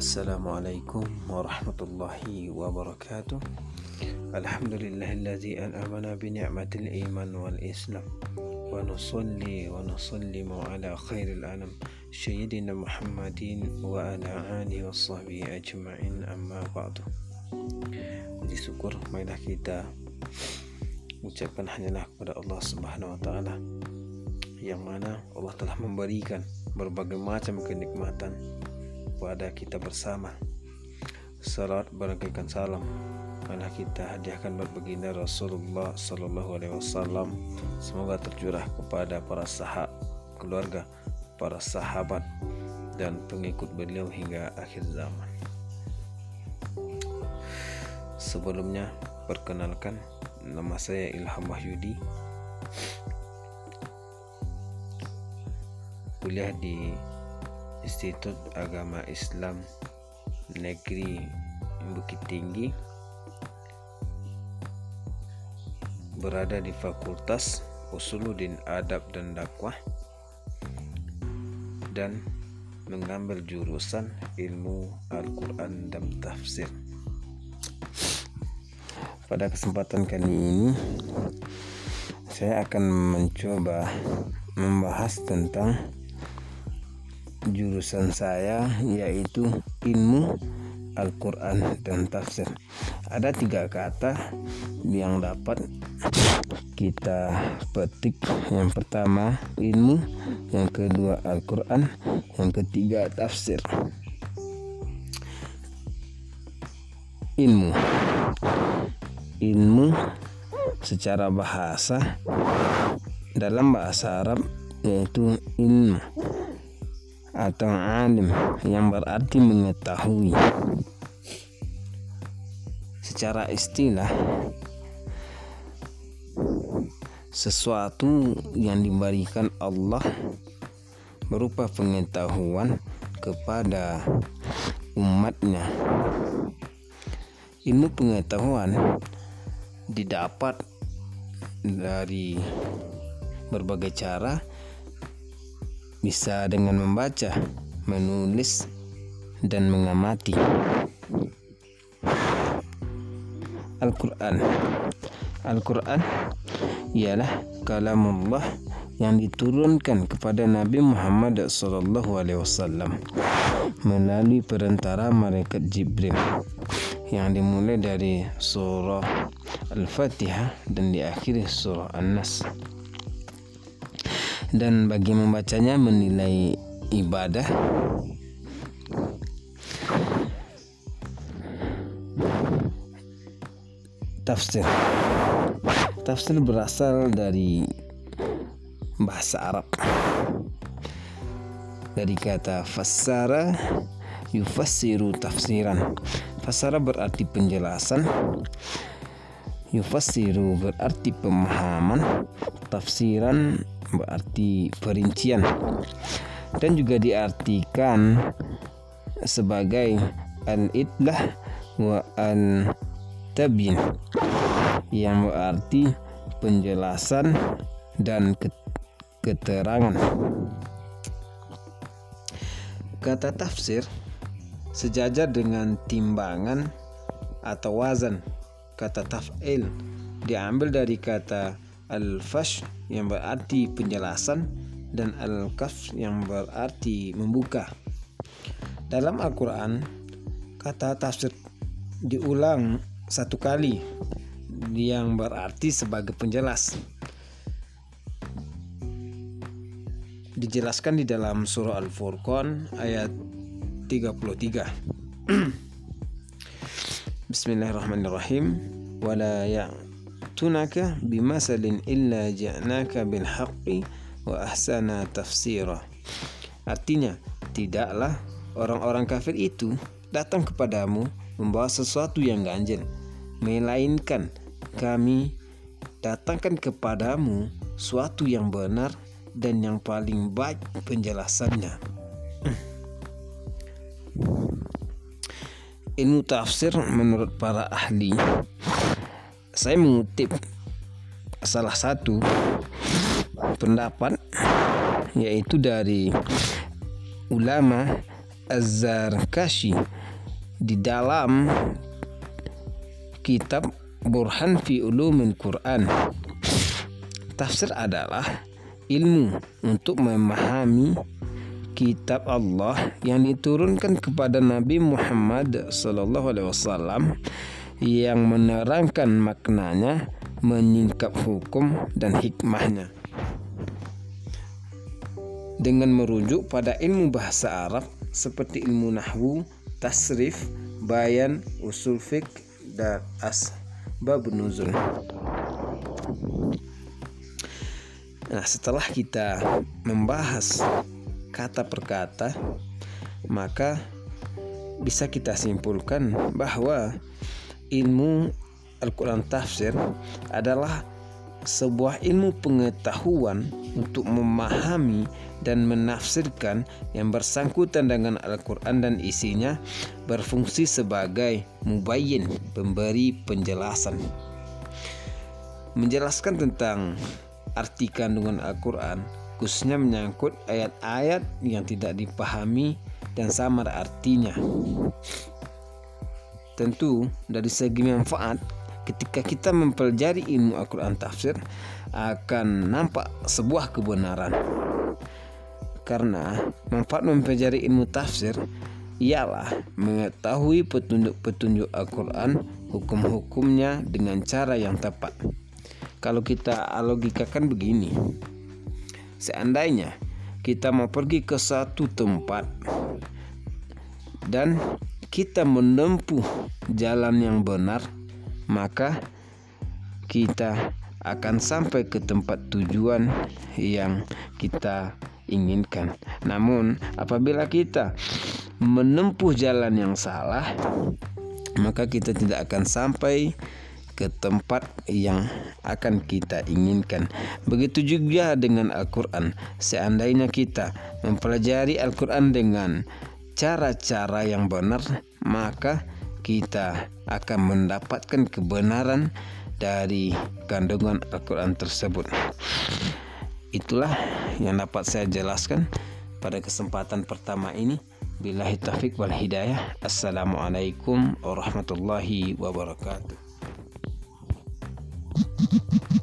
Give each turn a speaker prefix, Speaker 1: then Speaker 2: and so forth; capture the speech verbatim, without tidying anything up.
Speaker 1: Assalamualaikum warahmatullahi wabarakatuh. Alhamdulillahilladzi an'amana bi ni'matil iman wal islam wa nusalli wa nusallimu ala khairil anam sayyidina Muhammadin wa ala alihi washabbihi ajma'in, amma ba'du. Puji syukur marilah kita ucapkan hanyalah kepada Allah Subhanahu wa taala, yang mana Allah telah memberikan berbagai macam kenikmatan kepada kita bersama. Salat berangkaikan salam marilah kita hadiahkan buat baginda Rasulullah Sallallahu Alaihi Wasallam. Semoga tercurah kepada para sahabat, keluarga, para sahabat dan pengikut beliau hingga akhir zaman. Sebelumnya, perkenalkan, nama saya Ilham Wahyudi, kuliah di Institut Agama Islam Negeri Bukit Tinggi, berada di Fakultas Usuluddin Adab dan Dakwah, dan mengambil jurusan Ilmu Al-Quran dan Tafsir. Pada kesempatan kali ini saya akan mencoba membahas tentang jurusan saya, yaitu Ilmu Al-Quran dan Tafsir. Ada tiga kata yang dapat kita petik. Yang pertama ilmu, yang kedua Al-Quran, yang ketiga tafsir. Ilmu Ilmu secara bahasa, dalam bahasa Arab, yaitu ilmu atau alim, yang berarti mengetahui. Secara istilah, sesuatu yang diberikan Allah berupa pengetahuan kepada umatnya. Ilmu pengetahuan didapat dari berbagai cara, bisa dengan membaca, menulis, dan mengamati. Al-Quran Al-Quran ialah kalamullah yang diturunkan kepada Nabi Muhammad sallallahu alaihi wasallam melalui perantara malaikat Jibril, yang dimulai dari surah Al-Fatihah dan diakhiri surah An-Nas. Dan bagi membacanya menilai ibadah. Tafsir Tafsir berasal dari bahasa Arab, dari kata fassara yufassiru tafsiran. Fassara berarti penjelasan, yufassiru berarti pemahaman, tafsiran berarti perincian, dan juga diartikan sebagai al-idlah wa al-tabyin, yang berarti penjelasan dan keterangan. Kata tafsir sejajar dengan timbangan atau wazan. Kata taf'il diambil dari kata al-fash yang berarti penjelasan dan al-kaf yang berarti membuka. Dalam Al-Quran, kata tafsir diulang satu kali, yang berarti sebagai penjelas. Dijelaskan di dalam surah Al-Furqan ayat tiga puluh tiga. Bismillahirrahmanirrahim. Wala ya'tunaka bimasalin illa ja'naka bil haqqi wa ahsana tafsira. Artinya, tidaklah orang-orang kafir itu datang kepadamu membawa sesuatu yang ganjil, melainkan kami datangkan kepadamu suatu yang benar dan yang paling baik penjelasannya. Ilmu tafsir menurut para ahli, saya mengutip salah satu pendapat, yaitu dari ulama Az-Zarkashi di dalam kitab Burhan fi Ulumil Quran. Tafsir adalah ilmu untuk memahami kitab Allah yang diturunkan kepada Nabi Muhammad sallallahu alaihi wasallam, yang menerangkan maknanya, menyingkap hukum dan hikmahnya dengan merujuk pada ilmu bahasa Arab seperti ilmu nahwu, tasrif, bayan, usul fiqh, dan asbabun nuzul. Nah, setelah kita membahas kata per kata, maka bisa kita simpulkan bahwa ilmu Al-Quran tafsir adalah sebuah ilmu pengetahuan untuk memahami dan menafsirkan yang bersangkutan dengan Al-Quran dan isinya, berfungsi sebagai mubayyin, pemberi penjelasan, menjelaskan tentang arti kandungan Al-Quran, khususnya menyangkut ayat-ayat yang tidak dipahami dan samar artinya. Tentu dari segi manfaat, ketika kita mempelajari ilmu Al-Quran tafsir, akan nampak sebuah kebenaran. Karena manfaat mempelajari ilmu tafsir ialah mengetahui petunjuk-petunjuk Al-Quran, hukum-hukumnya dengan cara yang tepat. Kalau kita logikakan begini, seandainya kita mau pergi ke satu tempat dan kita menempuh jalan yang benar, maka kita akan sampai ke tempat tujuan yang kita inginkan. Namun apabila kita menempuh jalan yang salah, maka kita tidak akan sampai ke tempat yang akan kita inginkan. Begitu juga dengan Al-Quran. Seandainya kita mempelajari Al-Quran dengan cara-cara yang benar, maka kita akan mendapatkan kebenaran dari kandungan Al-Quran tersebut. Itulah yang dapat saya jelaskan pada kesempatan pertama ini. Billahi taufiq wal hidayah. Assalamualaikum warahmatullahi wabarakatuh.